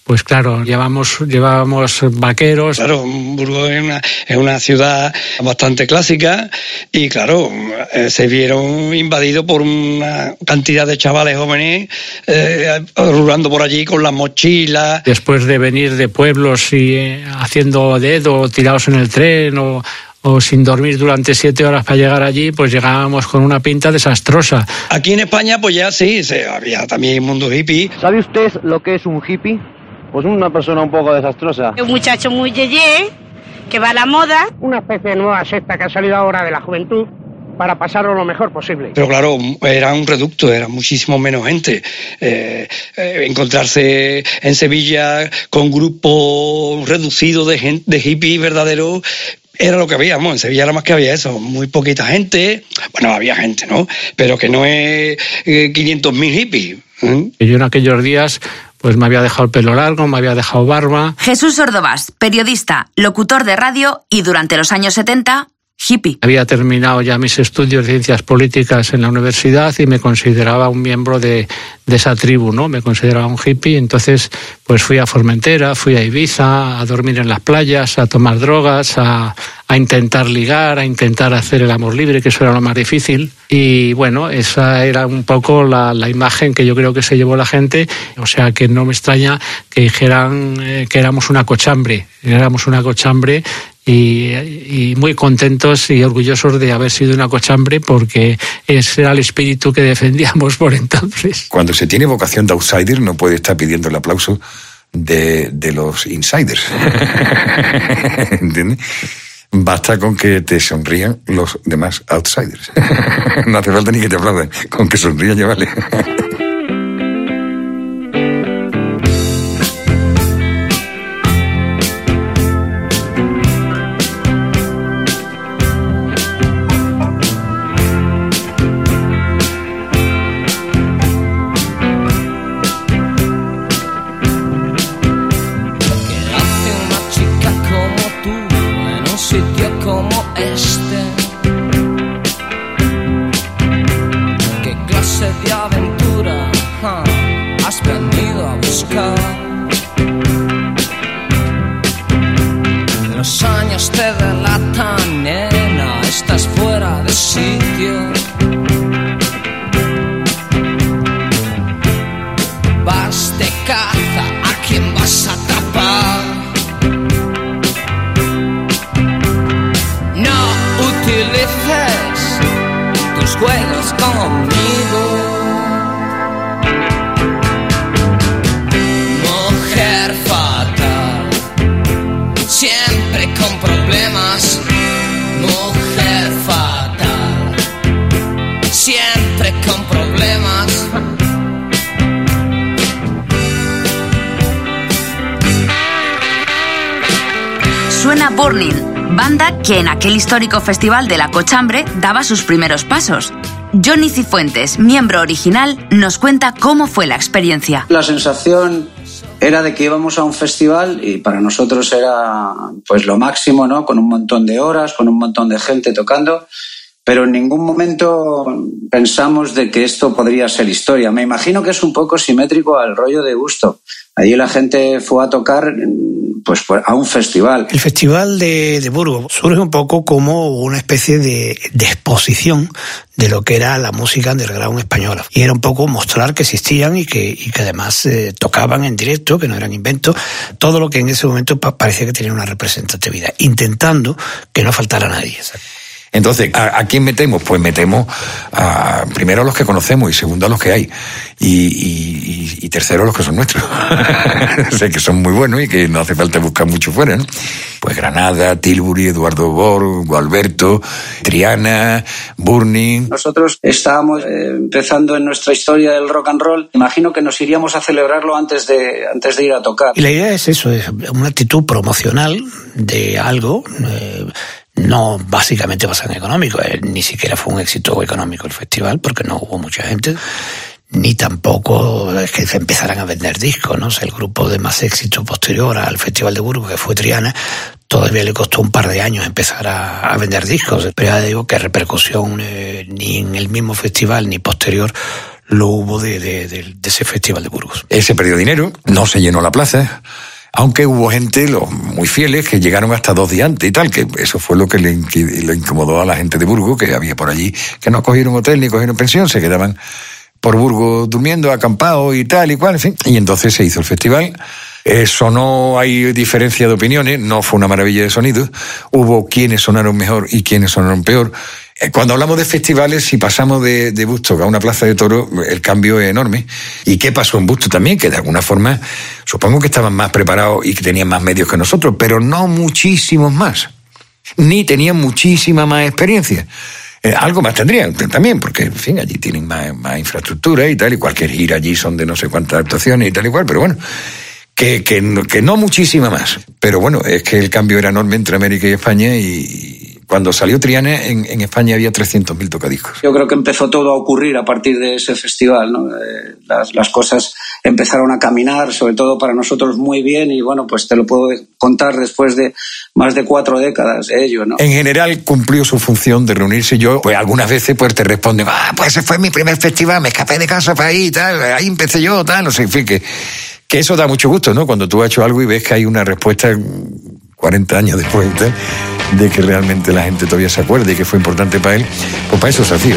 pues claro, llevábamos vaqueros. Claro, Burgos es una ciudad bastante clásica y claro, se vieron invadidos por una cantidad de chavales jóvenes rulando por allí con las mochilas. Después de venir de pueblos y haciendo dedo, tirados en el tren o sin dormir durante 7 horas para llegar allí, pues llegábamos con una pinta desastrosa. Aquí en España pues ya sí, había también mundo hippie. ¿Sabe usted lo que es un hippie? Pues una persona un poco desastrosa. Un muchacho muy yeye, que va a la moda. Una especie de nueva secta que ha salido ahora de la juventud para pasarlo lo mejor posible. Pero claro, era un reducto, era muchísimo menos gente. Encontrarse en Sevilla con grupos reducidos de hippies verdaderos, era lo que habíamos. En Sevilla era más que había eso, muy poquita gente. Bueno, había gente, ¿no? Pero que no es 500.000 hippies. Yo en aquellos días pues me había dejado el pelo largo, me había dejado barba. Jesús Ordovás, periodista, locutor de radio y durante los años 70, hippie. Había terminado ya mis estudios de ciencias políticas en la universidad y me consideraba un miembro de esa tribu, ¿no? Me consideraba un hippie, entonces pues fui a Formentera, fui a Ibiza, a dormir en las playas, a tomar drogas, a intentar ligar, a intentar hacer el amor libre, que eso era lo más difícil. Y bueno, esa era un poco la imagen que yo creo que se llevó la gente, o sea que no me extraña que dijeran que éramos una cochambre, y muy contentos y orgullosos de haber sido una cochambre, porque ese era el espíritu que defendíamos por entonces. Cuando se tiene vocación de outsider no puede estar pidiendo el aplauso de los insiders. ¿Entiendes? Basta con que te sonrían los demás outsiders. No hace falta ni que te aplaudan, con que sonrían ya vale. Suena Burning, banda que en aquel histórico festival de la Cochambre daba sus primeros pasos. Johnny Cifuentes, miembro original, nos cuenta cómo fue la experiencia. La sensación era de que íbamos a un festival y para nosotros era pues lo máximo, ¿no? Con un montón de horas, con un montón de gente tocando, pero en ningún momento pensamos de que esto podría ser historia. Me imagino que es un poco simétrico al rollo de Woodstock. Allí la gente fue a tocar pues a un festival. El Festival de Burgos surge un poco como una especie de exposición de lo que era la música underground española. Y era un poco mostrar que existían y que además tocaban en directo, que no eran inventos, todo lo que en ese momento parecía que tenía una representatividad, intentando que no faltara nadie. ¿Sabes? Entonces, ¿a quién metemos? Pues metemos primero a los que conocemos y segundo a los que hay. Y tercero a los que son nuestros. Sé que son muy buenos y que no hace falta buscar mucho fuera, ¿no? Pues Granada, Tilbury, Eduardo Bor, Gualberto, Triana, Burning. Nosotros estábamos empezando en nuestra historia del rock and roll. Imagino que nos iríamos a celebrarlo antes de ir a tocar. Y la idea es eso, es una actitud promocional de algo, no básicamente basado en económico, ni siquiera fue un éxito económico el festival porque no hubo mucha gente, ni tampoco es que se empezaran a vender discos, ¿no? O sea, el grupo de más éxito posterior al Festival de Burgos, que fue Triana, todavía le costó un par de años empezar a vender discos, pero ya digo que repercusión ni en el mismo festival ni posterior lo hubo de ese festival de Burgos. Se perdió dinero, no se llenó la plaza, aunque hubo gente, los muy fieles, que llegaron hasta 2 días antes y tal, que eso fue lo que le incomodó a la gente de Burgos, que había por allí, que no cogieron hotel ni cogieron pensión, se quedaban por Burgos durmiendo, acampados y tal y cual, en fin. Y entonces se hizo el festival. Sonó, hay diferencia de opiniones, no fue una maravilla de sonido. Hubo quienes sonaron mejor y quienes sonaron peor. Cuando hablamos de festivales, si pasamos de Woodstock a una plaza de toros, el cambio es enorme. ¿Y qué pasó en Woodstock también? Que de alguna forma, supongo que estaban más preparados y que tenían más medios que nosotros, pero no muchísimos más. Ni tenían muchísima más experiencia. Algo más tendrían también, porque, en fin, allí tienen más infraestructura y tal, y cualquier gira allí son de no sé cuántas actuaciones y tal y cual, pero bueno, que no muchísima más. Pero bueno, es que el cambio era enorme entre América y España, y cuando salió Triana, en España había 300.000 tocadiscos. Yo creo que empezó todo a ocurrir a partir de ese festival, ¿no? Las cosas empezaron a caminar, sobre todo para nosotros, muy bien, y bueno, pues te lo puedo contar después de más de 4 décadas de ello, ¿no? En general cumplió su función de reunirse. Yo, pues algunas veces, pues te responden, pues ese fue mi primer festival, me escapé de casa para ahí, tal, ahí empecé yo, tal, no sé, en fin, que eso da mucho gusto, ¿no? Cuando tú has hecho algo y ves que hay una respuesta 40 años después y tal, de que realmente la gente todavía se acuerde y que fue importante para él, pues para eso se hacía.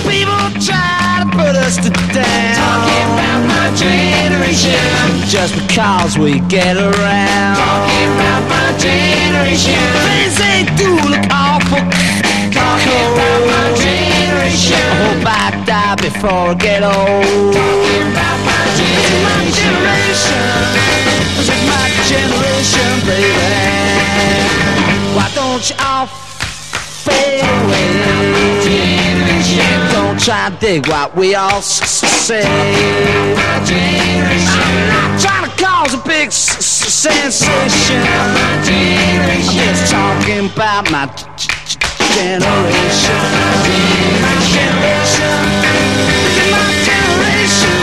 Why don't you all fade away? Don't try to dig what we all say. I'm not trying to cause a big sensation. I'm just talking about my generation. My generation. This is my generation,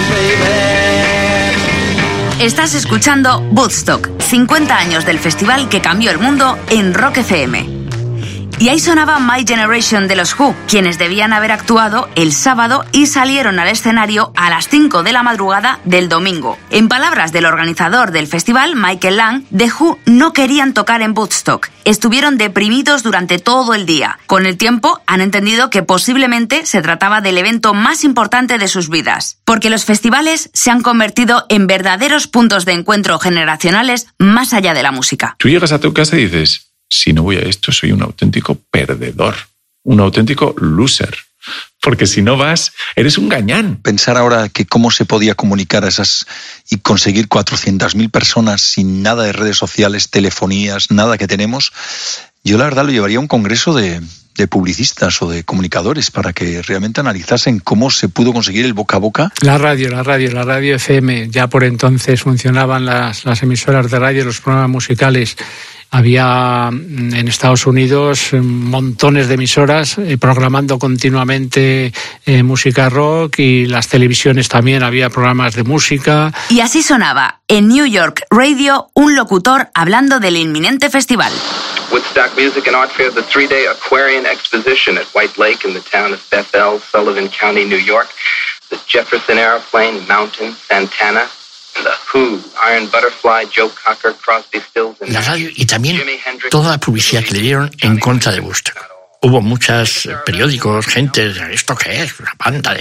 baby. Estás escuchando Woodstock, 50 años del festival que cambió el mundo en Rock FM. Y ahí sonaba My Generation de los Who, quienes debían haber actuado el sábado y salieron al escenario a las 5 de la madrugada del domingo. En palabras del organizador del festival, Michael Lang, The Who no querían tocar en Woodstock. Estuvieron deprimidos durante todo el día. Con el tiempo han entendido que posiblemente se trataba del evento más importante de sus vidas, porque los festivales se han convertido en verdaderos puntos de encuentro generacionales más allá de la música. Tú llegas a tu casa y dices, si no voy a esto, soy un auténtico perdedor, un auténtico loser. Porque si no vas, eres un gañán. Pensar ahora que cómo se podía comunicar a esas y conseguir 400.000 personas sin nada de redes sociales, telefonías, nada que tenemos, yo la verdad lo llevaría a un congreso de publicistas o de comunicadores para que realmente analizasen cómo se pudo conseguir el boca a boca. La radio FM, ya por entonces funcionaban las emisoras de radio, los programas musicales. Había en Estados Unidos montones de emisoras programando continuamente música rock, y las televisiones también había programas de música. Y así sonaba en New York Radio un locutor hablando del inminente festival. Woodstock Music and Art Fair, the 3-day Aquarian Exposition at White Lake in the town of Bethel, Sullivan County, New York. The Jefferson Airplane, Mountain, Santana, The Who, Iron Butterfly, Joe Cocker, Crosby, Stills, la radio y también toda la publicidad que le dieron en contra de Woodstock. Hubo muchos periódicos, gente, ¿esto qué es? Una banda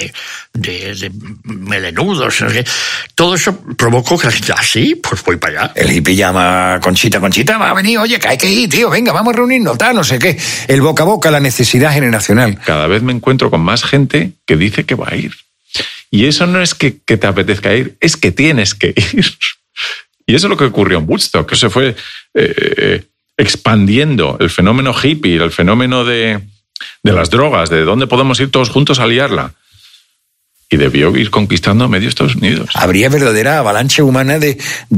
de melenudos. Todo eso provocó que la gente, sí, pues voy para allá. El hippie llama Conchita, va a venir, oye, que hay que ir, tío, venga, vamos a reunirnos, tal, no sé qué. El boca a boca, la necesidad generacional. Cada vez me encuentro con más gente que dice que va a ir. Y eso no es que te apetezca ir, es que tienes que ir. Y eso es lo que ocurrió en Woodstock, que se fue expandiendo el fenómeno hippie, el fenómeno de las drogas, de dónde podemos ir todos juntos a liarla. Y debió ir conquistando a medio Estados Unidos. Habría verdadera avalancha humana de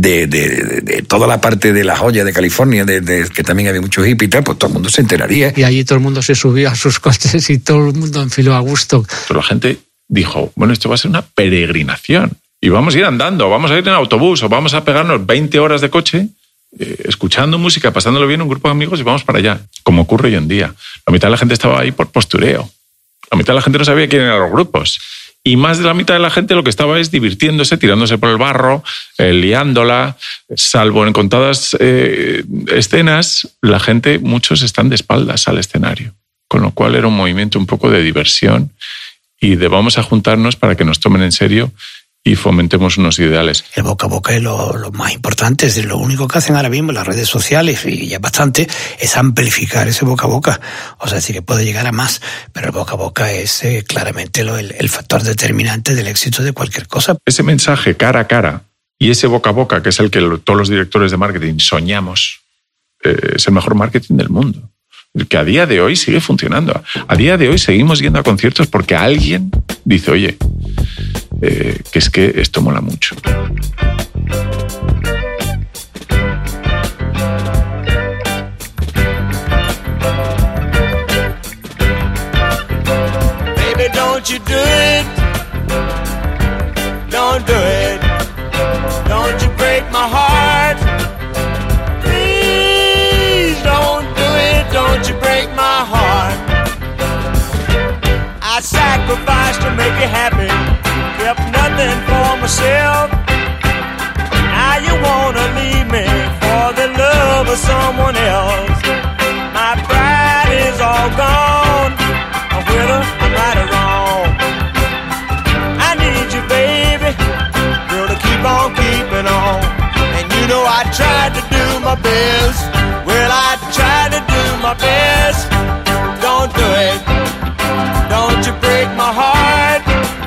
toda la parte de la joya de California, que también había muchos hippies y tal, pues todo el mundo se enteraría. Y allí todo el mundo se subió a sus coches y todo el mundo enfiló a gusto. Pero la gente dijo, bueno, esto va a ser una peregrinación. Y vamos a ir andando, vamos a ir en autobús, o vamos a pegarnos 20 horas de coche, escuchando música, pasándolo bien, un grupo de amigos, y vamos para allá. Como ocurre hoy en día. La mitad de la gente estaba ahí por postureo. La mitad de la gente no sabía quién eran los grupos. Y más de la mitad de la gente lo que estaba es divirtiéndose, tirándose por el barro, liándola. Salvo en contadas escenas, la gente, muchos están de espaldas al escenario. Con lo cual era un movimiento un poco de diversión y de vamos a juntarnos para que nos tomen en serio y fomentemos unos ideales. El boca a boca es lo más importante, es lo único que hacen ahora mismo en las redes sociales, y ya bastante, es amplificar ese boca a boca. O sea, decir que puede llegar a más, pero el boca a boca es claramente el factor determinante del éxito de cualquier cosa. Ese mensaje cara a cara y ese boca a boca, que es el que todos los directores de marketing soñamos, es el mejor marketing del mundo. Que a día de hoy sigue funcionando. A día de hoy seguimos yendo a conciertos porque alguien dice, oye, que es que esto mola mucho. Baby, don't you do it. Don't do it. Don't you break my heart. Please don't do it. Don't you break my heart. I sacrificed to make you happy. Kept nothing for myself. Now you wanna leave me for the love of someone else. My pride is all gone. Whether I'm right or wrong, I need you, baby, girl, to keep on keeping on. And you know I tried to do my best. Well, I tried to do my best. Don't do it. Don't you break my heart.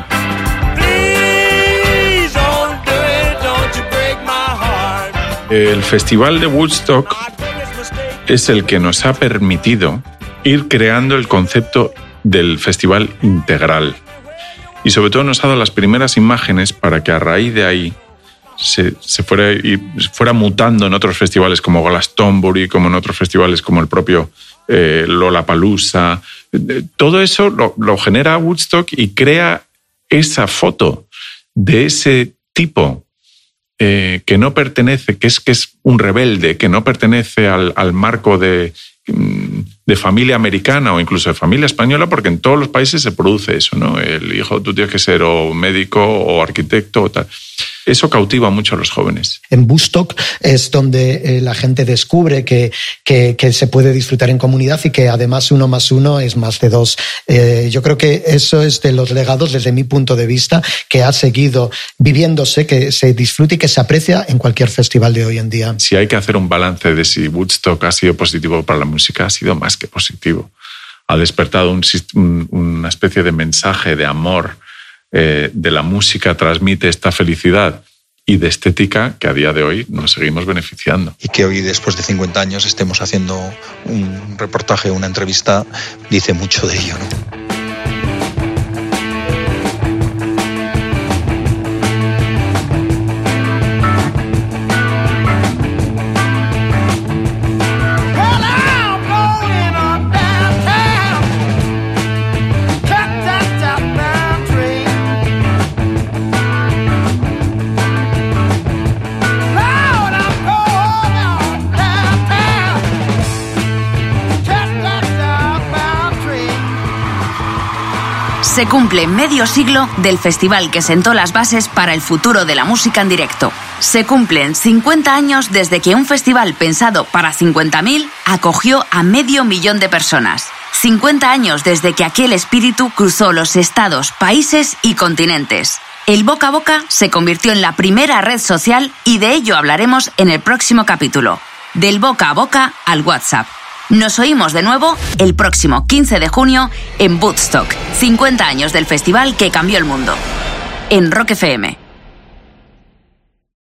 Please don't do it. Don't you break my heart. El Festival de Woodstock es el que nos ha permitido ir creando el concepto del festival integral. Y sobre todo nos ha dado las primeras imágenes para que a raíz de ahí se fuera mutando en otros festivales como Glastonbury, como en otros festivales como el propio Lollapalooza. Todo eso lo genera Woodstock y crea esa foto de ese tipo que no pertenece, que es un rebelde, que no pertenece al marco de familia americana o incluso de familia española, porque en todos los países se produce eso, ¿no? El hijo, tú tienes que ser o médico o arquitecto o tal. Eso cautiva mucho a los jóvenes. En Woodstock es donde la gente descubre que se puede disfrutar en comunidad y que además 1 más 1 es más de 2. Yo creo que eso es de los legados, desde mi punto de vista, que ha seguido viviéndose, que se disfruta y que se aprecia en cualquier festival de hoy en día. Si hay que hacer un balance de si Woodstock ha sido positivo para la música, ha sido más que positivo. Ha despertado una especie de mensaje de amor de la música, transmite esta felicidad y de estética que a día de hoy nos seguimos beneficiando. Y que hoy, después de 50 años, estemos haciendo un reportaje, una entrevista, dice mucho de ello, ¿no? Se cumple medio siglo del festival que sentó las bases para el futuro de la música en directo. Se cumplen 50 años desde que un festival pensado para 50.000 acogió a 500.000 de personas. 50 años desde que aquel espíritu cruzó los estados, países y continentes. El boca a boca se convirtió en la primera red social y de ello hablaremos en el próximo capítulo. Del boca a boca al WhatsApp. Nos oímos de nuevo el próximo 15 de junio en Woodstock, 50 años del festival que cambió el mundo. En Rock FM.